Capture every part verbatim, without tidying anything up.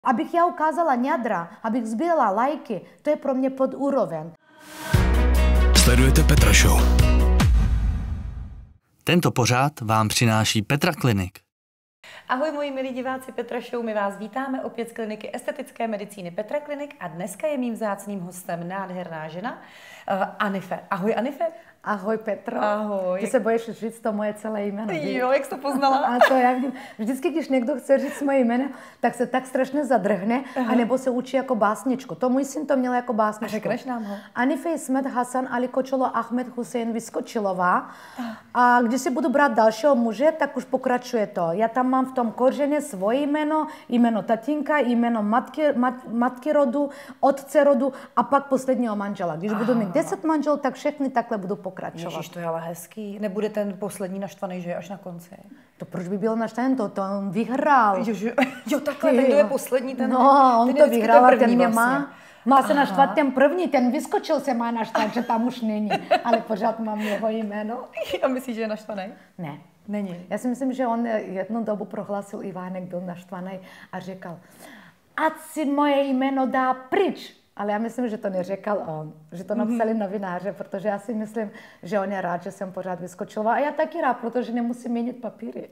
Abych já ukázala ňadra, abych sbírala lajky, to je pro mě pod úroveň. Sledujete Petra Show. Tento pořad vám přináší Petra Klinik. Ahoj moji milí diváci Petra Show, my vás vítáme opět z kliniky estetické medicíny Petra Klinik a dneska je mým vzácným hostem nádherná žena uh, Anife. Ahoj Anife. Ahoj Petro. Ahoj. Ty se bojíš říct to moje celé jméno. Jo, jak jsi to poznala? A to já vidím. Vždycky, když někdo chce říct moje jméno, tak se tak strašně zadrhne, uh-huh. anebo se učí jako básničko. To můj syn to měl jako básničko. A řekneš nám ho? Anife Ismet Hasan Ali Kočolo Ahmed Hussein Vyskočilová. A když si budu brát dalšího muže, tak už pokračuje to. Já tam mám v tom kořeně svoje jméno, jméno tatínka, jméno matky, mat, matky rodu, otce rodu a pak posledního manžela. Když budu mít deset manželů, tak všechny takhle budu pokračovat. Ježiš, to je ale hezký. Nebude ten poslední naštvaný, že je až na konci? To proč by byl naštvaný? To, to on vyhrál. Jo, jo takhle, ten, kdo je poslední, ten, no, on ten to vyhrál, ten, ten mě vlastně. má. Má se naštvat ten první, ten vyskočil se má naštvat, že tam už není. Ale pořád mám jeho jméno. A myslíš, že je naštvaný? Ne. Není. Já si myslím, že on jednu dobu prohlásil, Ivánek byl naštvaný a říkal, ať si moje jméno dá pryč. Ale já myslím, že to neřekl on, že to napsali novináře, protože já si myslím, že on je rád, že jsem pořád vyskočila. A já taky rád, protože nemusím měnit papíry.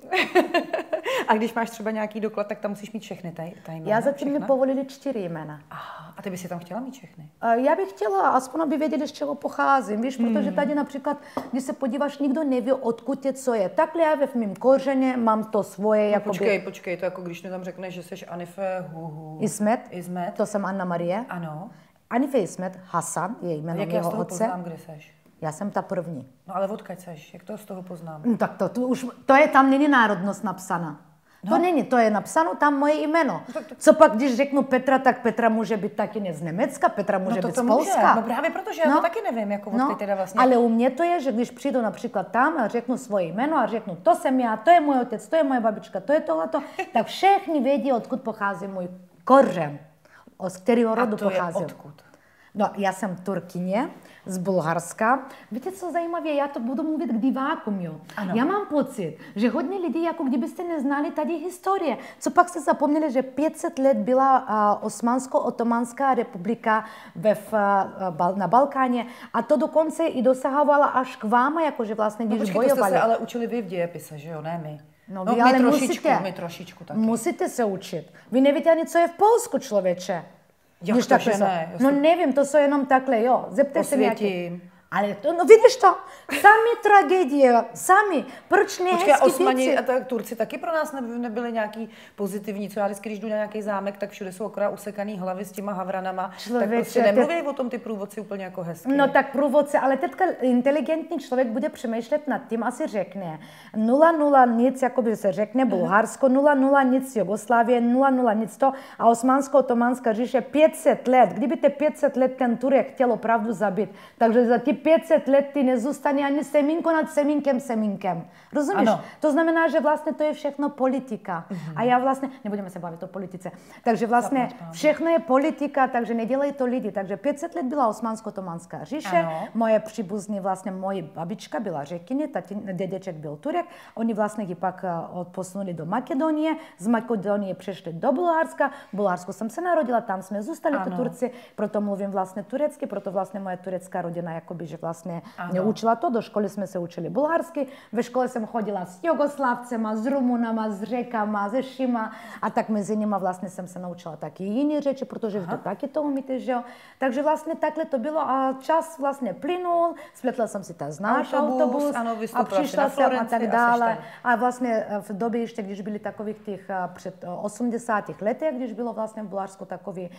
A když máš třeba nějaký doklad, tak tam musíš mít všechny ta jména? Já zatím mi povolili čtyři jména. Aha, a ty bys si tam chtěla mít všechny? Já bych chtěla, aspoň aby věděli, z čeho pocházím, víš, protože tady například, když se podíváš, nikdo neví, odkud je, co je. Takhle já v mým kořeně mám to svoje. No, jakoby... Počkej, počkej, to jako když mi tam řekneš, že jsi Anife Huhu. Ismet, Ismet. To jsem Anna Marie. Ano. Anife Ismet Hasan je jméno jak jeho já z toho otce. poznám, kde seš? Já jsem ta první. No ale odkud seš? Jak to z toho poznám? No, tak to, to už, to je, tam není národnost napsána. No. To není, to je napsáno tam moje jméno. No, to... Co pak, když řeknu Petra, tak Petra může být taky ne z Německa, Petra může no, to být to z Polska. No právě protože já no. to taky nevím, jako odkud no. teda vlastně. Ale u mě to je, že když přijdu například tam a řeknu svoje jméno a řeknu, to jsem já, to je můj otec, to je moje babička, to je tohleto, tak všichni vědí, odkud pochází můj kořen, z kterého rodu a to pocházím. Je odkud? No, já jsem Turkyně z Bulharska. Víte, co zajímavé, já to budu mluvit k divákům, jo. Ano. Já mám pocit, že hodně lidí, jako kdybyste neznali tady historie. Co pak se zapomněli, že pět set let byla uh, Osmansko-otomanská republika ve, v, uh, na Balkáně a to dokonce i dosahovala až k vám, jakože vlastně, když no, počkej, bojovali. To jste se ale učili vy v dějepise, že jo, ne my. No, no vy my ale trošičku, musíte, my trošičku taky. Musíte se učit. Vy nevíte ani, co je v Polsku, člověče. Jak to, že ne? No nevím, to jsou jenom takhle, jo. Zeptej se nějaký. Ale to, no vidíš to, sami tragédie, sami, proč ne Počkej, hezký Osmani věci? a tak Turci taky pro nás nebyli nějaký pozitivní, co já vždycky, když jdu na nějaký zámek, tak všude jsou akorát usekaný hlavy s těma havranama, člověče, tak prostě nemluví te... o tom ty průvodci úplně jako hezky. No tak průvodci, ale teďka inteligentní člověk bude přemýšlet nad tím, asi řekne nula nula nic, jakoby se řekne Bulharsko, nula nula nic Jugoslávie, nula nula nic to a Osmansko-otomanská říše pět set let, kdyby te pět set let ten Turek chtěl opravdu zabít, takže za ty pět set let ty nezůstane ani semínko nad semínkem semínkem. Rozumíš? Ano. To znamená, že vlastně to je všechno politika. Mm-hmm. A já vlastně, nebudeme se bavit o politice, takže vlastně všechno je politika, takže nedělají to lidi. Takže pět set let byla Osmansko-otomanská říše, ano. Moje příbuzní, vlastně moje babička byla Řekyně, dědeček byl Turek, oni vlastně ji pak odposunuli do Makedonie, z Makedonie přešli do Bulharska, v Bulharsku jsem se narodila, tam jsme zůstali, to Turci, proto mluvím vlastně turecky, proto vlastně moje turecká rodina jakoby, že vlastně ano. Učila to, do školy jsme se učili bulharsky, ve škole jsem chodila s Jugoslavcema, s Rumunama, s Řekama, se Šima a tak mezi nimi vlastně jsem se naučila taky jiné řeči, protože vy taky to umíte, že jo. Takže vlastně takhle to bylo a čas vlastně plynul, spletla jsem si ten náš autobus, autobus ano, a přišla jsem a tak dále. A vlastně v době ještě, když byli takových těch před osmdesátých letech, když bylo vlastně v Bulharsku takový,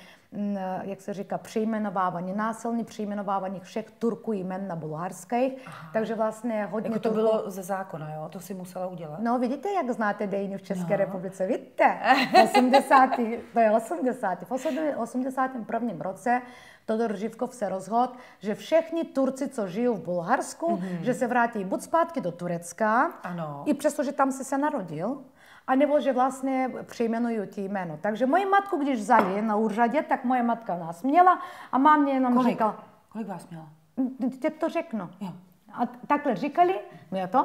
jak se říká, přejmenovávání, násilný přejmenovávání všech Turků jmen na bulharských, takže vlastně hodně... Jako to Turků... bylo ze zákona, jo? To si musela udělat? No vidíte, jak znáte dějiny v České no. republice, vidíte? osmdesátých to je osmdesátých V osmdesátém prvním roce Todor Živkov se rozhodl, že všichni Turci, co žijou v Bulharsku, mm-hmm. že se vrátí buď zpátky do Turecka, ano. i přesto, že tam si se narodil, a nebo že vlastně přejmenují ti jméno. Takže moji matku, když vzali na úřadě, tak moje matka nás měla a mámě jenom Kolik? říkala... Kolik vás měla? Teď to řeknu. Jo. A takhle říkali, mě to,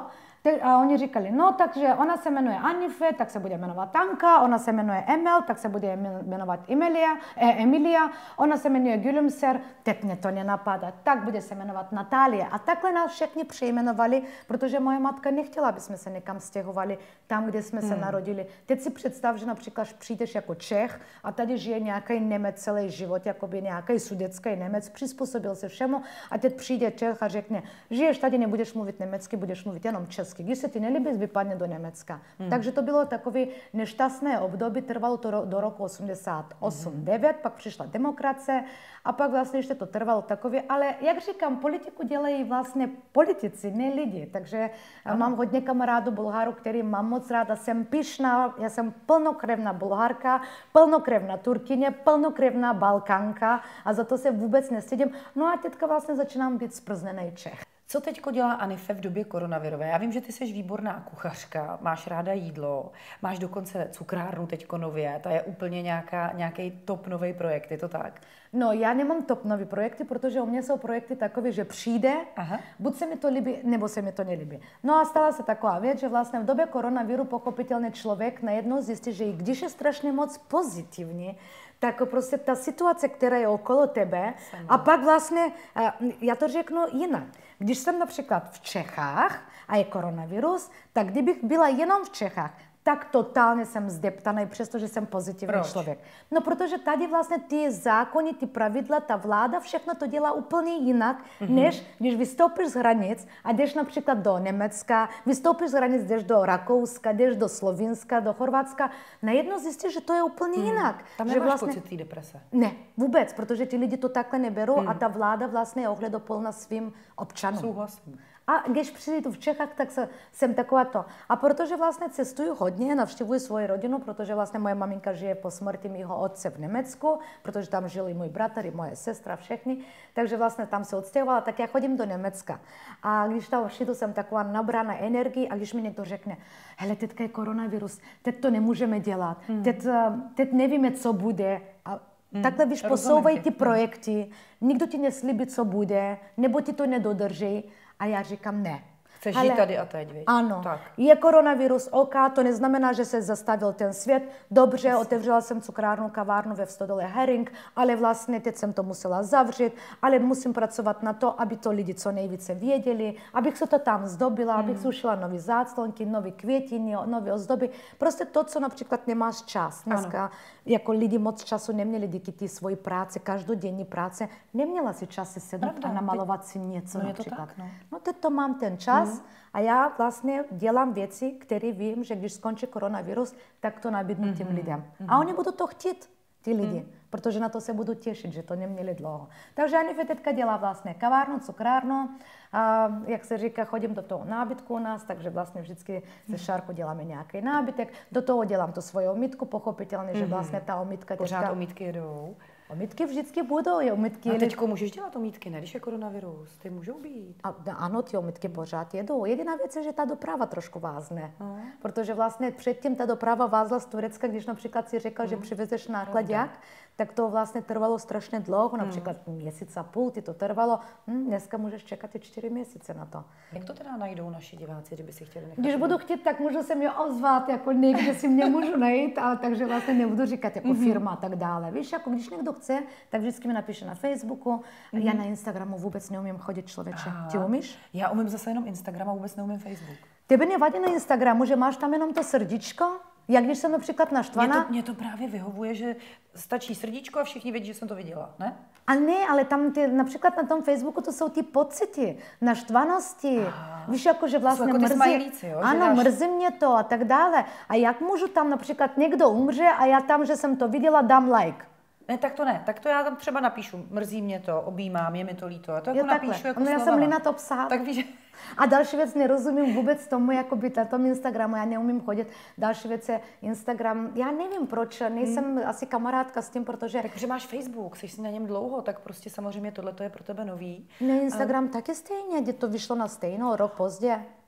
A oni říkali, no takže ona se jmenuje Anife, tak se bude jmenovat Anka, ona se jmenuje Emel, tak se bude jmenovat Emilia, eh, Emilia, ona se jmenuje Gülümser, teď mě to nenapadá, tak bude se jmenovat Natálie. A takhle nás všichni přejmenovali, protože moje matka nechtěla, aby jsme se někam stěhovali tam, kde jsme hmm. se narodili. Teď si představ, že například přijdeš jako Čech a tady žije nějaký Němec celý život, jakoby nějaký sudecký Němec, přizpůsobil se všemu a teď přijde Čech a řekne, žiješ tady, nebudeš mluvit německy, budeš mluvit jenom česky. Když se ti nelíbí, vypadne do Německa. Hmm. Takže to bylo takové nešťastné období, trvalo to do roku osmdesát osm devět, hmm. pak přišla demokracie a pak vlastně ještě to trvalo takové, ale jak říkám, politiku dělají vlastně politici, ne lidi, takže ano. Mám hodně kamarádů Bulharů, který mám moc ráda, jsem pyšná, já jsem plnokrevná Bulharka, plnokrevná Turkyně, plnokrevná Balkánka a za to se vůbec nestydím. No a teďka vlastně začínám být zprznený Čech. Co teďko dělá Anife v době koronavirové? Já vím, že ty jsi výborná kuchařka, máš ráda jídlo, máš dokonce cukrárnu teďko nově, to je úplně nějaká, nějaký top nový projekt, je to tak? No, já nemám top nový projekty, protože u mě jsou projekty takové, že přijde, Aha. buď se mi to líbí, nebo se mi to nelíbí. No a stala se taková věc, že vlastně v době koronaviru pochopitelně člověk najednou zjistí, že i když je strašně moc pozitivní, tak prostě ta situace, která je okolo tebe, Sama. A pak vlastně, já to řeknu jinak. Když jsem například v Čechách a je koronavirus, tak kdybych byla jenom v Čechách, tak totálně jsem zdeptaný, přestože jsem pozitivní Proč? člověk. No, protože tady vlastně ty zákony, ty pravidla, ta vláda, všechno to dělá úplně jinak, mm-hmm. než když vystoupíš z hranic a jdeš například do Německa, vystoupíš z hranic, jdeš do Rakouska, jdeš do Slovinska, do Chorvatska, najednou zjistíš, že to je úplně mm. jinak. Tam že nemáš vlastně... pocit té deprese? Ne, vůbec, protože ti lidi to takhle neberou mm. a ta vláda vlastně je ohledoplná svým občanům. Souhlasím. A když přijdu v Čechách, tak se, jsem taková to. A protože vlastně cestuju hodně, navštěvuji svoji rodinu, protože vlastně moje maminka žije po smrti mého otce v Německu, protože tam žil i můj bratr, i moje sestra, všechny. Takže vlastně tam se odstěhovala, tak já chodím do Německa. A když tam přijdu, jsem taková nabraná energii a když mi někdo řekne, hele, teďka je koronavirus, teď to nemůžeme dělat, hmm. teď, teď nevíme, co bude. A Hmm, takhle víš, posouvají ty projekty, nikdo ti neslíbí, co bude, nebo ti to nedodrží a já říkám ne. Chceš žít tady a teď, víš? Ano. Tak. Je koronavirus, OK, to neznamená, že se zastavil ten svět. Dobře, Jasně. otevřela jsem cukrárnu, kavárnu ve Stodole Herring, ale vlastně teď jsem to musela zavřít, ale musím pracovat na to, aby to lidi co nejvíce věděli, abych se to tam zdobila, hmm. abych sušila nové záclonky, nové květiny, nové ozdoby. Prostě to, co například nemáš čas. Dneska ano. jako lidi moc času neměli díky té svojí práci, každodenní práce, neměla si čas si sednout Pravda. a namalovat si něco no například. Je to tak, no. no teď to mám ten čas. Hmm. A já vlastně dělám věci, které vím, že když skončí koronavirus, tak to nabídnu mm-hmm. těm lidem. Mm-hmm. A oni budou to chtít, ty lidi, mm. protože na to se budou těšit, že to neměli dlouho. Takže Anife teďka dělá vlastně kavárnu, cukrárnu, a jak se říká, chodím do toho nábytku u nás, takže vlastně vždycky ze šárku děláme nějaký nábytek, do toho dělám tu svoji omítku, pochopitelně, mm-hmm. že vlastně ta omítka Pořád teďka... omítky jedou. Omítky vždycky budou. Je omítky... A teďko můžeš dělat omítky, ne? Když je koronavirus, ty můžou být. A, ano, ty omítky pořád jedou. Jediná věc je, že ta doprava trošku vázne. No. Protože vlastně předtím ta doprava vázla z Turecka, když například si řekl, mm. že přivezeš nákladák, tak to vlastně trvalo strašně dlouho, například mm. měsíc a půl, ty to trvalo. Hm, dneska můžeš čekat i čtyři měsíce na to. Jak to teda najdou naši diváci, kdyby si chtěli nechat? Když budu chtít, tak můžu se mě ozvat, jako někde si mě můžu najít, ale takže vlastně nebudu říkat jako mm-hmm. firma a tak dále. Víš, jako když někdo chce, tak vždycky mi napíše na Facebooku. Mm-hmm. Já na Instagramu vůbec neumím chodit, člověče. Aha. Ty umíš? Já umím zase jenom Instagram a vůbec neumím Facebook. Tebe nevadí na Instagramu, že máš tam jenom to srdíčko? Jak když jsem například naštvaná? Mně to, mě to právě vyhovuje, že stačí srdíčko a všichni vědí, že jsem to viděla, ne? A ne, ale tam ty, například na tom Facebooku to jsou ty pocity, naštvanosti. Aha. Víš, jako, že vlastně jako mrzí, smajlíci, jo? Ano, dáš... mrzí mě to a tak dále. A jak můžu tam například někdo umře a já tam, že jsem to viděla, dám like? Ne, tak to ne. Tak to já tam třeba napíšu. Mrzí mě to, objímám, je mi to líto. A to jako jo, napíšu jako no, já jsem lína to psát. Tak víš... A další věc, nerozumím vůbec tomu, jako by na tom Instagramu, já neumím chodit. Další věc je Instagram, já nevím proč, nejsem hmm. asi kamarádka s tím, protože... Takže máš Facebook, jsi na něm dlouho, tak prostě samozřejmě tohle je pro tebe nový. Ne, Instagram a... taky stejně, kde to vyšlo na stejnou, rok pozdě.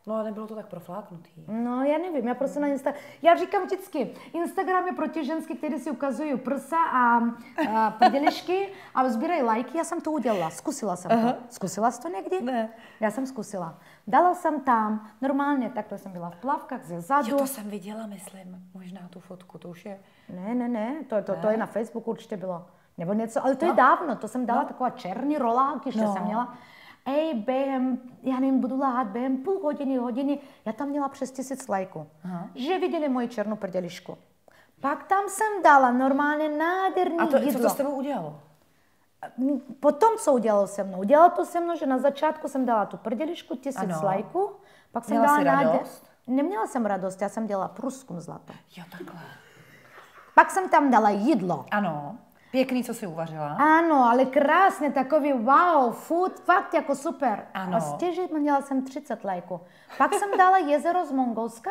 No a nebylo to tak profláknutý. No, já nevím, já prostě na Insta... Já říkám vždycky, Instagram je pro ty ženské, které si ukazují prsa a, a prdělišky a sbírají lajky. Já jsem to udělala, zkusila jsem to. Zkusila jsi to někdy? Ne. Já jsem zkusila. Dala jsem tam, normálně, takhle jsem byla v plavkách ze zadu. Jo, to jsem viděla, myslím, možná tu fotku, to už je... Ne, ne, ne, to, to, to je na Facebooku určitě bylo. Nebo něco, ale to no. je dávno, to jsem dala no. taková černý rolák, ještě no. jsem měla. Ej, během, já nevím, budu lhát, během půl hodiny, hodiny, já tam měla přes tisíc lajků, Aha. že viděli moji černou prdělišku. Pak tam jsem dala normálně nádherný A to, jídlo. co to s tebou udělalo? Potom, co udělalo se mnou? Udělalo to se mnou, že na začátku jsem dala tu prdělišku, tisíc ano. lajků, pak jsem Měla dala jsi nádher... radost? Neměla jsem radost, já jsem dělala průzkum zlato. Jo, takhle. Pak jsem tam dala jídlo. Ano. Pěkný, co jsi uvařila. Ano, ale krásně, takový wow, food, fakt jako super. Ano. A stěží měla jsem třicet lajků. Pak jsem dala jezero z Mongolska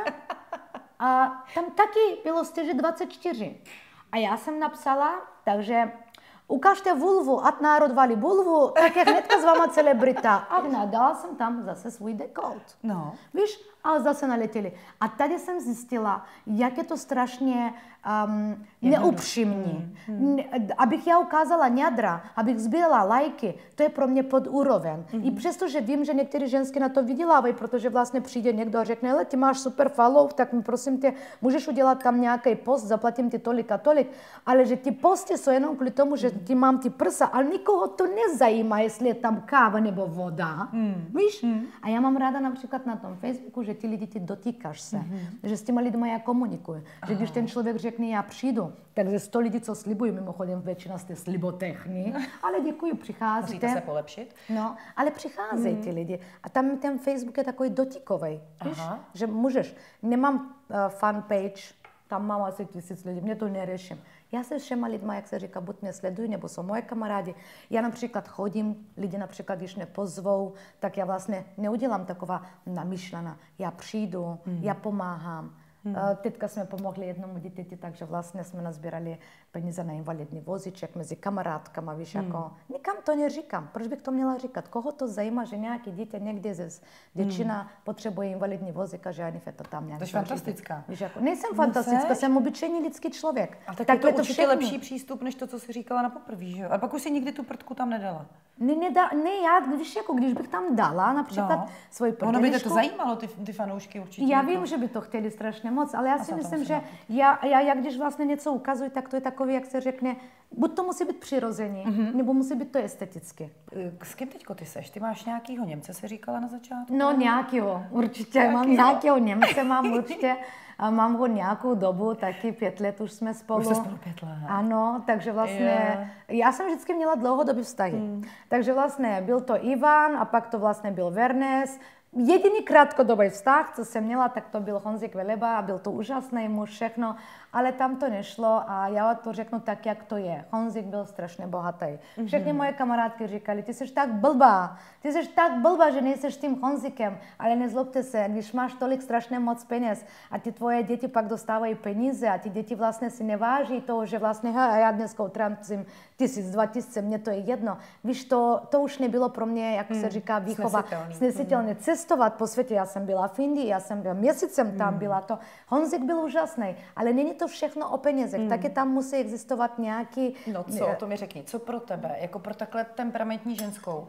a tam taky bylo stěží dvacet čtyři. A já jsem napsala, takže ukažte vulvu, ať národ valí bulvu, tak jak hnedka s váma celebrita. A dala jsem tam zase svůj dekolt. No. Víš, ale zase naletěli. A tady jsem zjistila, jak je to strašně um, neupřímní. Hmm. Hmm. Abych já ukázala ňadra, abych sbírala lajky, to je pro mě pod úroveň. Hmm. I přesto, že vím, že některé ženské na to vydělávají, protože vlastně přijde někdo a řekne, ale ty máš super follow, tak prosím tě, můžeš udělat tam nějaký post, zaplatím ti tolik a tolik, ale že ty posty jsou jenom kvůli tomu, že ty mám ty prsa, ale nikoho to nezajímá, jestli je tam káva nebo voda. Hmm. Víš? Hmm. A já mám ráda například na tom Facebooku, že ty lidi ty dotýkáš se, mm-hmm. že s těma lidmi já komunikuju. Že když ten člověk řekne, já přijdu, takže sto lidí, co slibují, mimochodem většina jste slibotechní, ale děkuji, přicházíte. Musíte se polepšit. No, ale přicházejí mm. ty lidi. A tam ten Facebook je takový dotykový, víš? Že můžeš, nemám uh, fanpage, tam mám asi tisíc lidí, mě to neřeším. Já se všema lidma, jak se říká, buď mě sledují, nebo jsou moje kamarádi. Já například chodím, lidi například, když mě pozvou, tak já vlastně neudělám taková namyšlená. Já přijdu, mm. já pomáhám. Hmm. Teďka jsme pomohli jednomu dítěti, takže vlastně jsme nazbírali peníze na invalidní vozíček mezi kamarádkama, víš, hmm. jako, nikam to neříkám, proč bych to měla říkat, koho to zajímá, že nějaké dítě někde ze děčina hmm. potřebuje invalidní vozík a že Anife to tam nějak. To je fantastická. Víš, jako, nejsem fantastická, jsem obyčejný lidský člověk. A tak, tak je to určitě všechno. Lepší přístup, než to, co jsi říkala na poprvé, že jo? A pak už si nikdy tu prdku tam nedala. Ne, nedá, ne, já, víš, jako když bych tam dala například no. svoji prdělišku. Ono by to zajímalo, ty, ty fanoušky určitě. Já vím, že by to chtěli strašně moc, ale já si myslím, že já, já, já když vlastně něco ukazuji, tak to je takový, jak se řekne, buď to musí být přirozený, mm-hmm. nebo musí být to esteticky. S kým teďko ty seš? Ty máš nějakýho Němce, se říkala na začátku? No nějakýho, určitě. Nějakýho. Mám nějakého Němce, mám určitě. A mám ho nějakou dobu, taky pět let už jsme spolu. Už jste spolu pět let. Ano, takže vlastně, yeah. já jsem vždycky měla dlouhodobý vztahy. Mm. Takže vlastně byl to Ivan a pak to vlastně byl Vernes. Jediný krátkodobý vztah, co jsem měla, tak to byl Honzik Veleba a byl to úžasný muž, všechno, ale tam to nešlo a já to řeknu tak, jak to je. Honzik byl strašně bohatý. Mm-hmm. Všechny moje kamarádky říkali, ty jsi tak blbá, ty jsi tak blbá, že nejsi tím Honzikem, ale nezlobte se, když máš tolik strašně moc peněz a ty tvoje děti pak dostávají peníze a ty děti vlastně si neváží toho, že vlastně ha, já dneska utrácím tisíc, dva tisíce, mně to je jedno. Víš, to, to už nebylo pro mě, jak mm. se říká, výchova, snesitelné. Mm. Cestovat po světě, já jsem byla v Indii, já jsem byla měsícem tam, mm. byla to. Honzik byl úžasný, ale není to všechno o penězech, mm. taky tam musí existovat nějaký... No co, to mi řekni, co pro tebe, jako pro takhle temperamentní ženskou,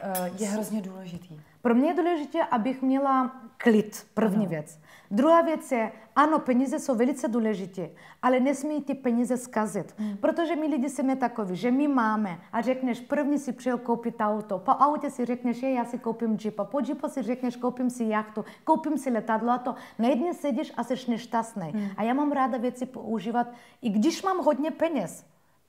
je hrozně důležitý? Pro mě je důležité, abych měla klid, první ano. věc. Druhá věc je, ano, peníze jsou velice důležité, ale nesmí ty peníze zkazit. Hmm. Protože my lidi jsme takoví, že my máme a řekneš, první si přijel koupit auto, po autě si řekneš, je, já si koupím džipa, po džipu si řekneš, koupím si jachtu, koupím si letadlo a to. Na jedné sedíš a jsi nešťastný. Hmm. A já mám ráda věci používat, i když mám hodně peněz.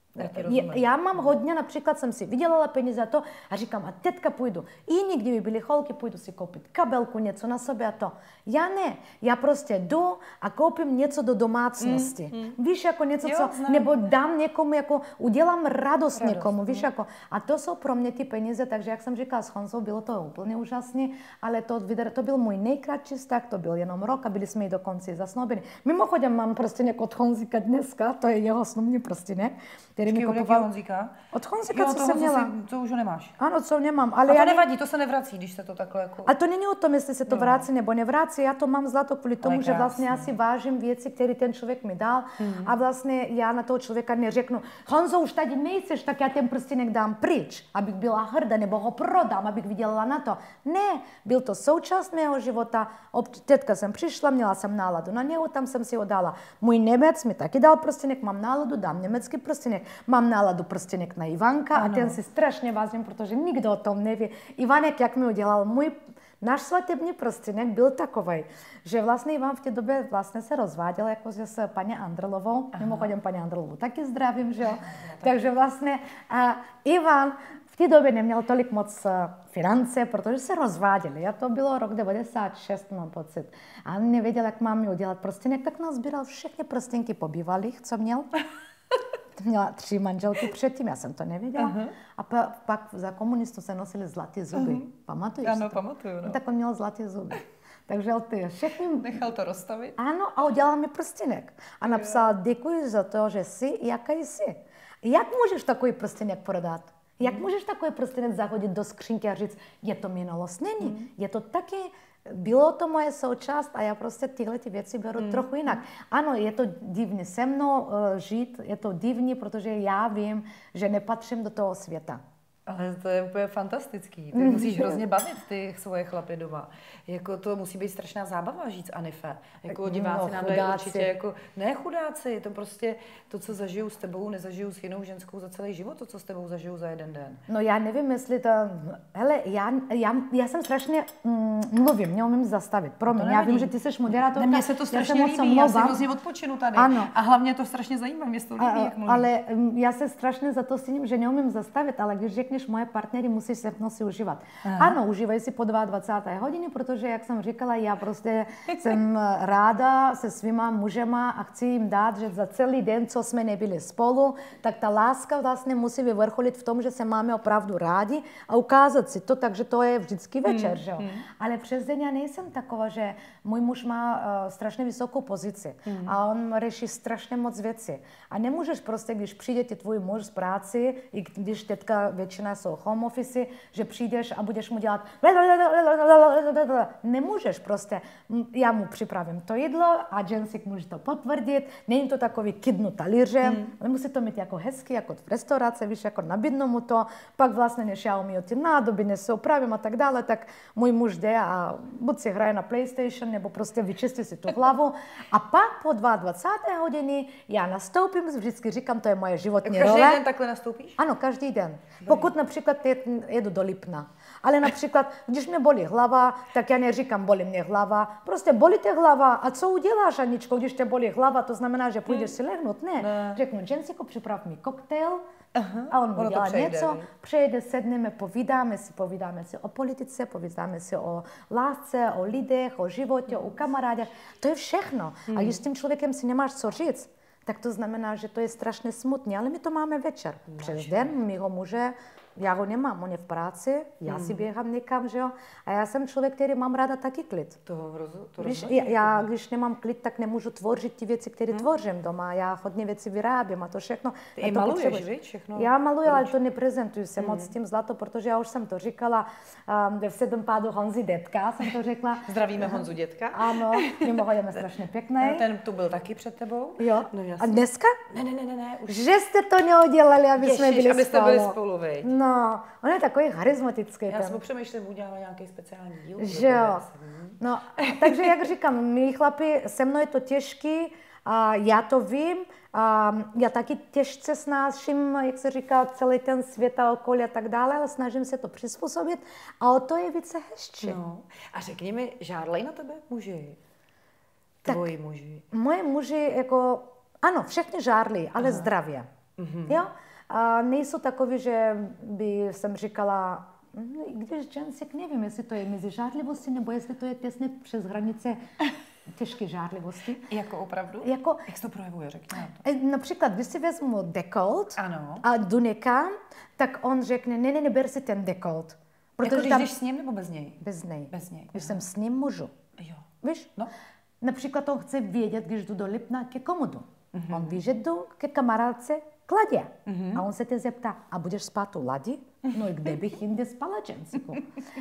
Já, já mám hodně, například jsem si vydělala peníze a to a říkám, a teďka půjdu. I nikdy by byly holky, půjdu si koupit kabelku, něco na sobě a to. Já ne, já prostě jdu a koupím něco do domácnosti. Mm, mm. Víš, jako něco, jo, co, znám. nebo dám někomu, jako udělám radost, radost někomu, víš, no. jako. A to jsou pro mě ty peníze, takže jak jsem říkala s Honzou, bylo to úplně úžasné, ale to, to byl můj nejkratší vztah, to byl jenom rok a byli jsme i dokonce zasnoubeni. Mimochodem mám prostě někoho od Honzika dneska, to je jeho snubní prstinek. který mi Počkej, kupoval. od Honzíka? Od Honzíka, Jo, co toho jsem měla. Si, to už ho nemáš. Ano, co nemám. Ale Ale a to já ne... nevadí, to se nevrací, když se to takhle jako... A to není o tom, jestli se to vrací nebo nevrací. Já to mám zlato kvůli tomu, že vlastně já si vážím věci, které ten člověk mi dal. Mm. A vlastně já na toho člověka neřeknu, Honzo, už tady nejseš, tak já ten prstenek dám pryč, abych byla hrdá, nebo ho prodám, abych vydělala na to. Ne, byl to součást mého života. Teďka jsem přišla, měla jsem náladu na něho, tam jsem si ho dala. Můj Němec mi taky dal prstenek, mám náladu, dám německý prstenek. Mám náladu prstenek na Ivanka ano. A ten si strašně vážím, protože nikdo o tom neví. Ivanek, jak mi udělal můj, náš svatební prstenek byl takovej, že vlastně Ivan v té době vlastně se rozváděl jako s paní Andrlovou. Aha. Mimochodem paní Andrlovou taky zdravím, že jo. Takže vlastně a Ivan v té době neměl tolik moc finance, protože se rozváděli. A to bylo rok devadesát šest, mám pocit. A on nevěděl, jak mám mi udělat prstenek, tak nazbíral všechny prstenky po bývalých, co měl. Měla tři manželky předtím, já jsem to nevěděla. Uh-huh. A pa, pak za komunistů se nosili zlaté zuby. Uh-huh. Pamatuješ Ano, to? pamatuju. No. Tak on měl zlaté zuby. Takže ty všechny... Nechal to rozstavit? Ano, a udělal mi prstenek. A napsal, děkuji za to, že jsi, jaká jsi. Jak můžeš takový prstenek prodat? Jak mm. můžeš takový prstenek zahodit do skřínky a říct, je to minulost? Není. Mm. Je to taky, bylo to moje součást a já prostě tyhle ty věci beru mm. trochu jinak. Ano, je to divný se mnou uh, žít, je to divný, protože já vím, že nepatřím do toho světa. Ale to je úplně fantastický. Ty musíš hrozně bavit ty svoje chlapy doma. Jako to musí být strašná zábava žít s Anife. Jako diváci no, nám dají určitě jako, ne chudáci, to prostě to, co zažiju s tebou, nezažiju s jinou ženskou za celý život, to, co s tebou zažiju za jeden den. No já nevím, jestli to, hele, já, já, já jsem strašně mm, mluvím, neumím zastavit, promiň, já vím, že ty jsi moderátorka. Mně se to strašně líbí, já si hrozně odpočinu tady. Ano. A hlavně to strašně zajímá, mě to líbí, a, jak mluvíš. Ale já se strašně za to stíním, že neumím zastavit, ale když řekneš moje partnery, musíš se mnou si užívat. Aha. Ano, užívají si po dvacáté hodiny, protože, jak jsem říkala, já prostě jsem ráda se svýma mužema a chci jim dát, že za celý den, co jsme nebyli spolu, tak ta láska vlastně musí vyvrcholit v tom, že se máme opravdu rádi a ukázat si to, takže to je vždycky večer, hmm. že jo. Hmm. Ale přes den já nejsem taková, že můj muž má uh, strašně vysokou pozici hmm. a on řeší strašně moc věcí. A nemůžeš prostě, když přijde ti tvůj muž z práci, i když teďka většina jsou home office, že přijdeš a budeš mu dělat nemůžeš prostě. Já mu připravím to jídlo a Jensik může to potvrdit. Není to takový kydnu talíře, mm. ale musí to mít jako hezky, jako v restauraci, víš, jako nabídnu mu to. Pak vlastně, než já umím ty nádoby, než se upravím a tak dále, tak můj muž jde a buď si hraje na PlayStation, nebo prostě vyčistí si tu hlavu. A pak po dvacáté hodiny já nastoupím, vždycky říkám, to je moje životní role. Každý den takhle nastoupíš? Ano, každý den. Pokud například jedu do Lipna. Ale například, když mě bolí hlava, tak já neříkám, bolí mě hlava. Prostě bolí tě hlava. A co uděláš, Aničko, když tě bolí hlava? To znamená, že půjdeš si lehnout? Ne. ne. Řeknu, Jensiku, připrav mi koktejl. Aha. A on udělá něco, přejde, sedneme, povídáme si, povídáme si o politice, povídáme si o lásce, o lidech, o životě, o kamarádech. To je všechno. Hmm. A když s tím člověkem si nemáš co říct, tak to znamená, že to je strašně smutné. Ale my to máme večer. Přes den mýho muže, já ho nemám, on je v práci, já hmm. si běhám někam, že jo. A já jsem člověk, který mám ráda taky klid. To, to Víš, já, já, když nemám klid, tak nemůžu tvořit ty věci, které hmm. tvořím doma. Já hodně věci vyrábím a to všechno. Ty i maluješ, víš, všechno? Já maluji, ale to neprezentuju se hmm. moc s tím zlato, protože já už jsem to říkala um, ve sedm pádu Honzi Dětka, jsem to řekla. Zdravíme Honzu Dětka. Ano, mimochodem je strašně pěkný. Ten tu byl taky před tebou? Jo. No, a dneska? Ne, ne, ne, ne. ne už... Že jste to neudělali, aby Ježiš, jsme byli abyste spolu. byli spolu, viď? No, on je takový charismatický. Já jsem přemýšlím, udělala nějaký speciální díl. Že jo. No, takže jak říkám, mý chlapi, se mnou je to těžký, a já to vím, a já taky těžce snáším, jak se říká, celý ten svět a okolí a tak dále, ale snažím se to přizpůsobit a o to je více hezčí. No. A řekni mi, žádlej na tebe muži? Tvoji tak, muži? Moje muži, jako, ano, všechny žárlí, ale Aha. zdravě. Mm-hmm. Jo? A nejsou takový, že by jsem říkala, no, i když Jensik, nevím, jestli to je mezi žárlivostí, nebo jestli to je těsně přes hranice těžké žárlivosti. Jako opravdu? Jako, jak se to projevuje, řekni nám to. Například, když si vezmu dekolt ano. a jdu někam, tak on řekne, ne, ne, neber si ten dekolt. Protože jako když tam, jdeš s ním nebo bez něj? Bez něj. Bez něj. Když jsem s ním, můžu. Jo. Víš? No. Například on chce vědět, když jdu do Lipna, ke komu jdu. Mm-hmm. On ví, že jdu ke kamarádce kladě. Mm-hmm. A on se tě zeptá, a budeš spát u ladi? No i kde bych jinde spala, Jensku?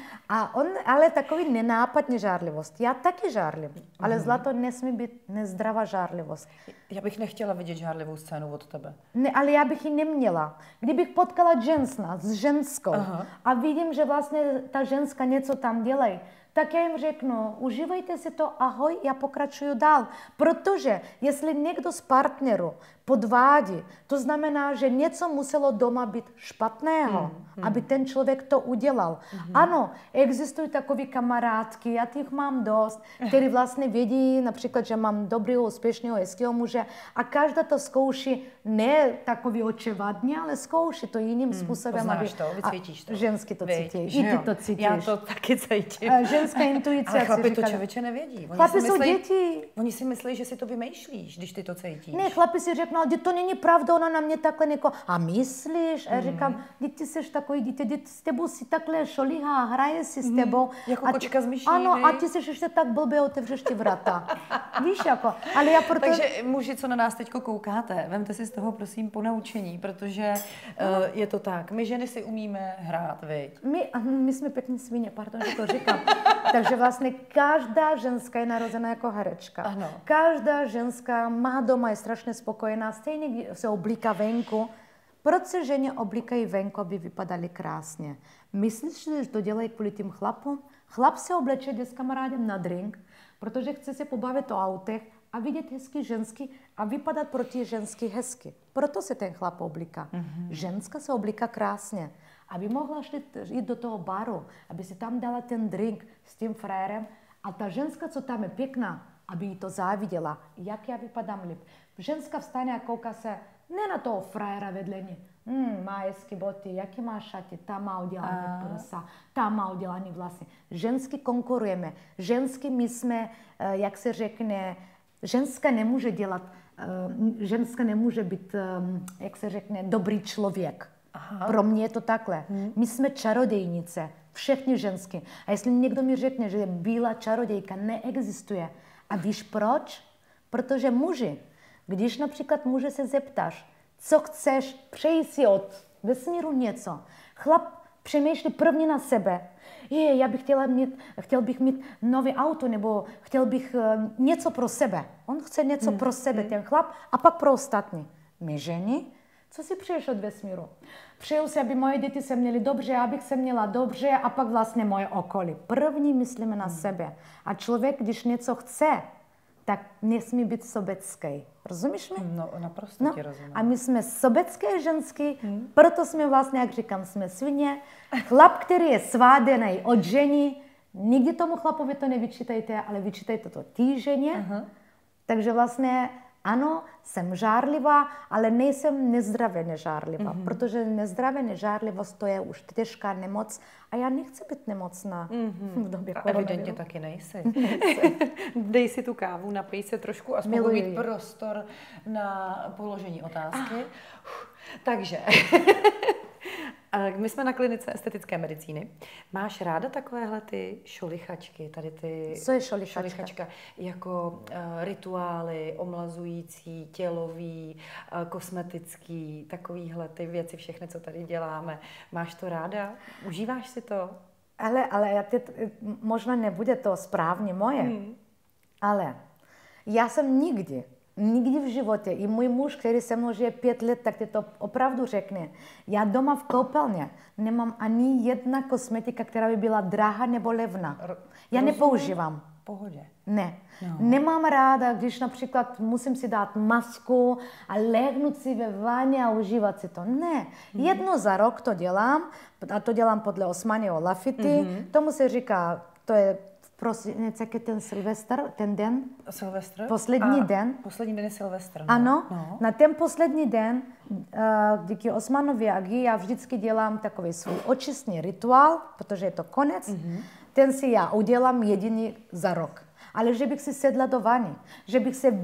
A on, ale takový nenápadně žárlivost. Já taky žárlím, ale mm-hmm. zlato nesmí být nezdravá žárlivost. Já bych nechtěla vidět žárlivou scénu od tebe. Ne, ale já bych ji neměla. Kdybych potkala žensna s ženskou Aha. a vidím, že vlastně ta ženská něco tam dělají, tak já jim řeknu, užívejte si to, ahoj, já pokračuju dál. Protože jestli někdo z partnerů podvádí, to znamená, že něco muselo doma být špatného, mm, mm. aby ten člověk to udělal. Mm. Ano, existují takové kamarádky, já těch mám dost, který vlastně vědí například, že mám dobrého, úspěšného, hezkého muže a každá to zkouší ne takový očevadně, ale zkouší to jiným způsobem. Poznáš aby, to, vycítíš to. Žensky to Víš, cítí, i ty to cítíš. Já to taky cítím. Ženská intuice. Ale chlapi to člověče nevědí. Oni chlapi si jsou myslí, děti. Oni si myslí, že si to vymýšlíš, když ty to cítíš. Ne, chlapi si řeknou, ale to není pravda, ona na mě takhle něko. A myslíš? A já říkám, ty jsi takový dítě, dítě s tebou si takhle šolíhá, hraje si s tebou. Mm, jako a kočka z myší, ano, vy? a ty jsi ještě tak blbě, otevřeš ty vrata. Víš jako, ale já proto... Takže muži, co na nás teď koukáte, vemte si z toho prosím ponaučení, protože uh, je to tak. My ženy si umíme hrát, viď? My, my jsme pěkný svině, pardon, že to říkám. Takže vlastně každá ženská je narozená jako herečka. Ano. Každá ženská má doma, je strašně spokojená, stejně se oblíká venku. Proč se ženě oblíkají venku, aby vypadaly krásně? Myslíš, že to dělají kvůli tím chlapům? Chlap se obleče jde s kamarádem na drink, protože chce se pobavit o autech a vidět hezký ženský a vypadat pro ty ženský hezky. Proto se ten chlap oblíká. Mm-hmm. Ženská se oblíká krásně, aby mohla jít do toho baru, aby si tam dala ten drink s tím frérem a ta ženská, co tam je pěkná, aby jí to záviděla, jak já vypadám líp. Ženská vstane a kouká se ne na toho fréra vedle ní. Hmm, má hezky boty, jaký má šaty, ta má udělaný prsa, ta má udělaný vlasy. Žensky konkurujeme. Žensky my jsme, jak se řekne, ženská nemůže dělat, ženská nemůže být, jak se řekne, dobrý člověk. Aha. Pro mě je to takhle. Hmm. My jsme čarodějnice, všechny žensky. A jestli někdo mi řekne, že bílá čarodějka neexistuje, a víš proč? Protože muži, když například muže se zeptáš, co chceš, přeji si od vesmíru něco. Chlap přemýšlí první na sebe. Je, já bych chtěla mít, chtěl bych mít nové auto, nebo chtěl bych uh, něco pro sebe. On chce něco hmm. pro sebe, ten chlap, a pak pro ostatní. My ženy, co si přeješ od vesmíru? Přeju si, aby moje děti se měly dobře, abych se měla dobře a pak vlastně moje okolí. První myslíme na hmm. sebe. A člověk, když něco chce, tak nesmí být sobecký. Rozumíš mi? No, naprosto no. ti rozumím. A my jsme sobecké ženský, hmm. proto jsme vlastně, jak říkám, jsme svině. Chlap, který je sváděný od ženy, nikdy tomu chlapovi to nevyčítejte, ale vyčítejte to té ženě. Uh-huh. Takže vlastně ano, jsem žárlivá, ale nejsem nezdravě nežárlivá, mm-hmm. protože nezdravě nežárlivost to je už těžká nemoc a já nechci být nemocná mm-hmm. v době koronaviru. Evidentně taky nejsi. Dej si tu kávu, napij se trošku a spolu mít prostor na položení otázky. Ah. Takže, my jsme na klinice estetické medicíny. Máš ráda takovéhle ty šolichačky, tady ty... Co je šolichačka? Šolichačka jako uh, rituály, omlazující, tělový, uh, kosmetický, takovýhle ty věci, všechny, co tady děláme. Máš to ráda? Užíváš si to? Ale, ale já teď, možná nebude to správně moje, hmm. ale já jsem nikdy, nikdy v životě, i můj muž, který se mnou žije pět let, tak ti to opravdu řekne. Já doma v koupelně nemám ani jedna kosmetika, která by byla drahá nebo levná. Já Rozumím. nepoužívám. V pohodě. Ne. No. Nemám ráda, když například musím si dát masku a lehnout si ve váně a užívat si to. Ne. Hmm. Jedno za rok to dělám, a to dělám podle Osmaniho Lafity. Hmm. Tomu se říká, to je prosinec, jak je ten Silvestr, ten den? Silvestr? Poslední a den. Poslední den je Silvestr. No. Ano, no. Na ten poslední den, díky Osmanovi Agi, já vždycky dělám takový svůj očistný rituál, protože je to konec. Mm-hmm. Ten si já udělám jediný za rok. Ale že bych si sedla do vany, že bych se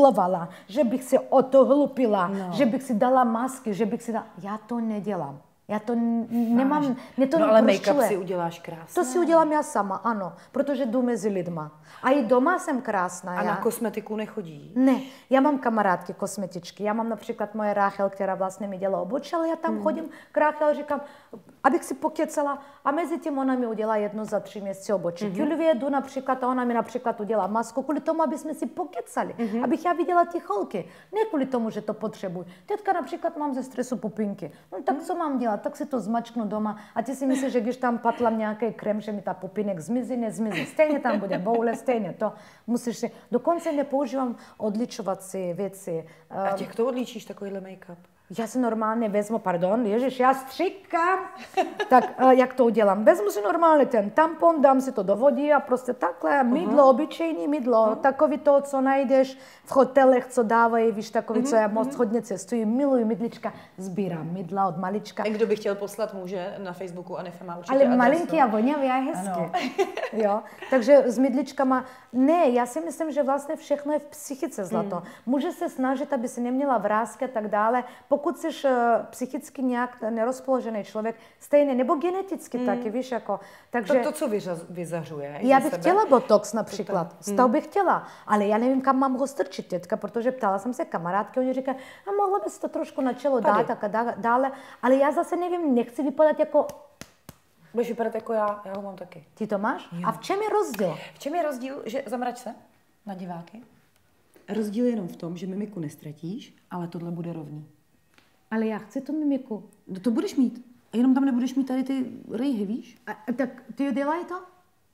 vyšmirglovala, že bych se otohlupila, no. že bych si dala masky, že bych si dala... Já to nedělám. Já to nemám, mě to no, ale neprošle. make-up si uděláš krásně. To si udělám já sama, ano, protože jdu mezi lidma. A i doma jsem krásná. A já. na kosmetiku nechodí? Ne, já mám kamarádky kosmetičky. Já mám například moje Ráchel, která vlastně mi dělá obočí, ale já tam hmm. chodím k Ráchel, říkám, abych si pokecala. A mezi tím ona mi udělá jedno za tři měsíce obočí. Mm-hmm. Julivě jdu například a ona mi například udělá masku kvůli tomu, aby jsme si pokecali. Mm-hmm. Abych já viděla ty holky. Ne kvůli tomu, že to potřebuji. Teďka například mám ze stresu pupinky. No tak mm. co mám dělat? Tak si to zmačknu doma. A ty si myslíš, že když tam patlám nějaký krém, že mi ta pupinek zmizí, nezmizí. Stejně tam bude boule, stejně to. Musíš si... Dokonce nepoužívám odličovací věci. A jak to odličíš, takovýhle make-up? Já si normálně vezmu, pardon, ježiš, já stříkám, tak jak to udělám? Vezmu si normálně ten tampon, dám si to do vody a prostě takhle, mydlo, uh-huh. obyčejný mydlo, uh-huh. takový to, co najdeš v hotelech, co dávají, víš, takový, uh-huh. co já moc hodně cestuji, miluji mydlička, sbírám mydla od malička. Kdo by chtěl poslat, může na Facebooku Anifa má určitě ale adresu. malinký a voňavý a hezký. Jo, takže s mydličkama, ne, já si myslím, že vlastně všechno je v psychice zlato. Mm. Může se snažit, aby si neměla vrásky a tak dále. Pokud jsi uh, psychicky nějak nerozpoložený člověk, stejně, nebo geneticky mm. taky, víš, jako. Takže to, to co vyřaz, vyzařuje. Já bych sebe? chtěla botox například, z toho bych chtěla, ale já nevím, kam mám ho strčit teďka, protože ptala jsem se kamarádky, oni říkají, a mohla bys to trošku na čelo dát a dále, ale já zase nevím, nechci vypadat jako... Budeš vypadat jako já, já ho mám taky. Ty to máš? Jo. A v čem je rozdíl? V čem je rozdíl, že zamrač se na diváky? Rozdíl je jenom v tom, že mimiku nestratíš, ale tohle bude rovný. Ale já chci tu mimiku. No to budeš mít. A jenom tam nebudeš mít tady ty rejhy, víš? A, tak ty dělají to?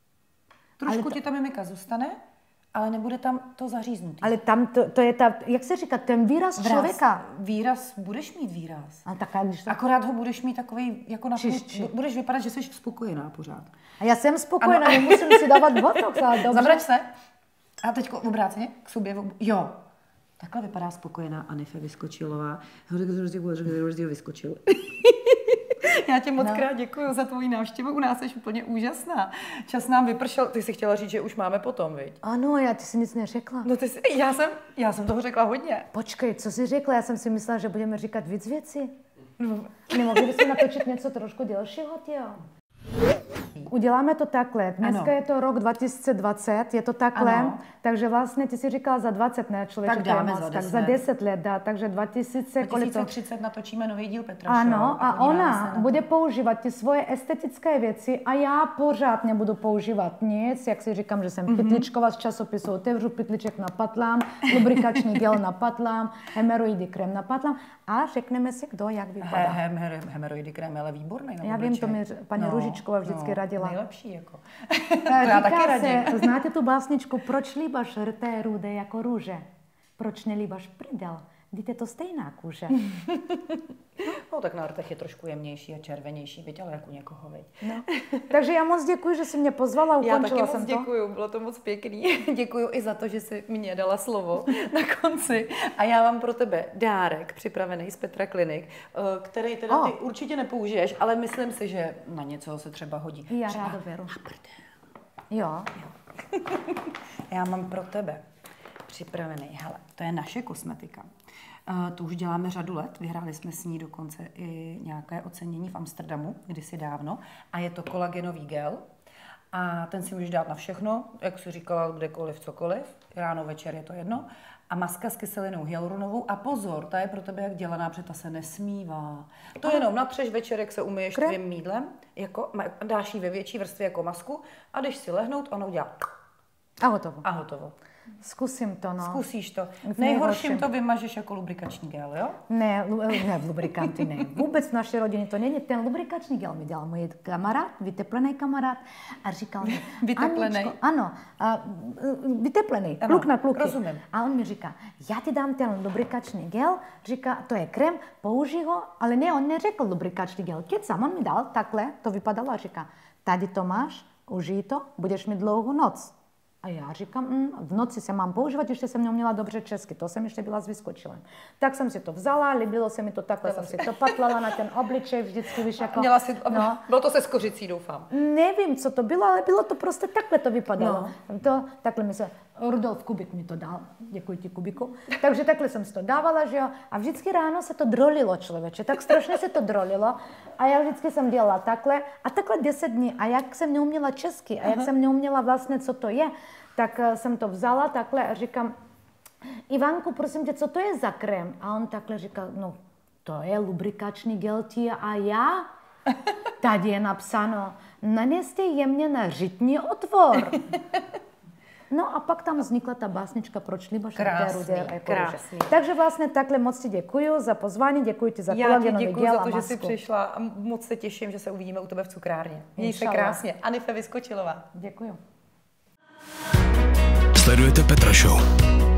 Trošku ale ti ta mimika zůstane, ale nebude tam to zaříznutý. Ale tam to, to je ta, jak se říká, ten výraz Vraz, člověka. Výraz, budeš mít výraz. A tak, když to... Akorát ho budeš mít takový, jako na Čišči. Budeš vypadat, že jsi spokojená pořád. A já jsem spokojená, nemusím si dávat botox, ale dobře. Zamrač se. A teď obráceně k sobě. Jo. Takhle vypadá spokojená Anifa Vyskočilová. Rozdíl vyskočil. Já ti moc no. krát děkuji za tvoji návštěvu. U nás jsi úplně úžasná. Čas nám vypršel. Ty jsi chtěla říct, že už máme potom, viď? Ano, já ty jsi nic neřekla. No ty jsi, já jsem, já jsem toho řekla hodně. Počkej, co jsi řekla? Já jsem si myslela, že budeme říkat víc věcí. No. Nemohli bychom natočit něco trošku delšího, tě? Uděláme to takhle. Dneska ano. je to rok dva tisíce dvacet, je to takhle. Ano. Takže vlastně ty si říkala za dvacet, ne, člověče? Tak dáme za deset. Tak za deset let dá, takže dva tisíce... dva tisíce třicet natočíme nový díl Petra Ano, Show a, a ona bude používat ty svoje estetické věci a já pořád nebudu používat nic. Jak si říkám, že jsem mm-hmm. pytličková z časopisu, otevřu pytliček na patlám, lubrikační gel na patlám, hemeroidy krém na patlám a řekneme si, kdo jak vypadá. He, he, he, hemeroidy krém je ale výborný. Já vím, to mi paní no, Růžičková vždycky no, radila. Nejlepší jako. Říká se, znáte tu básničku, proč líbáš rté rude jako růže? Proč nelíbáš prdel? Vždyť je to stejná kůže. No tak na rtech je trošku jemnější a červenější, viď, ale jako někoho, viď. No. Takže já moc děkuji, že jsi mě pozvala, ukončila jsem to. Já taky jsem moc děkuji, bylo to moc pěkný. Děkuji i za to, že jsi mě dala slovo na konci. A já mám pro tebe dárek připravený z Petra Clinic, který teda ty oh. určitě nepoužiješ, ale myslím si, že na něco se třeba hodí. Já třeba ráda beru. Na prdel. Jo. jo. Já mám pro tebe připravený, hele, to je naše kosmetika. Uh, to už děláme řadu let, vyhráli jsme s ní dokonce i nějaké ocenění v Amsterdamu, kdysi dávno. A je to kolagenový gel. A ten si můžeš dát na všechno, jak jsi říkala, kdekoliv, cokoliv. Ráno, večer je to jedno. A maska s kyselinou hyaluronovou. A pozor, ta je pro tebe jak dělaná, protože ta se nesmívá. To jenom natřeš večer, jak se umyješ Krem. tvým mídlem, jako, dáš jí ve větší vrstvě jako masku a když si lehnout, ono udělá a hotovo. A hotovo. Zkusím to, no. Zkusíš to. V nejhorším to vymažeš jako lubrikační gel, jo? Ne, ne, v lubrikanty ne. Vůbec v naší rodině to není. Ten lubrikační gel mi dělal můj kamarád, vyteplený kamarád a říkal mi... Vyteplený? Ano, a, vyteplený, kluk na kluky. Rozumím. A on mi říká, já ti dám ten lubrikační gel, říká, to je krém, použij ho, ale ne, on neřekl lubrikační gel. Kecam, on mi dal takhle, to vypadalo a říká, tady to máš, užij to, budeš mít dlouhou noc. A já říkám, mm, v noci se mám používat, ještě jsem neuměla dobře česky, to jsem ještě byla s Vyskočilem. Tak jsem si to vzala, líbilo se mi to takhle, jsem si to patlala na ten obličej, vždycky víš jako... Měla si, no. Bylo to se skořicí, doufám. Nevím, co to bylo, ale bylo to prostě takhle to vypadalo. No. To, takhle mi se Rudolf Kubik mi to dal, děkuji ti Kubiku. Takže takhle jsem si to dávala, že jo, a vždycky ráno se to drolilo, člověče, tak strašně se to drolilo a já vždycky jsem dělala takhle a takhle deset dní a jak jsem neuměla česky a jak Aha. jsem neuměla vlastně, co to je, tak jsem to vzala takhle a říkám, Ivanku, prosím tě, co to je za krém? A on takhle říkal, no to je lubrikační gel Tia a já. Tady je napsáno, naneste jemně na řitní otvor. No a pak tam vznikla ta básnička Proč líbaš krásný, rudé, krásný. Takže vlastně takhle moc ti děkuju za pozvání, děkuji ti za kolagenový gel a masku. Já ti děkuji za to, že jsi přišla a moc se těším, že se uvidíme u tebe v cukrárně. Měj se krásně. Anife Vyskočilová. Děkuju. Sledujete Petra Show.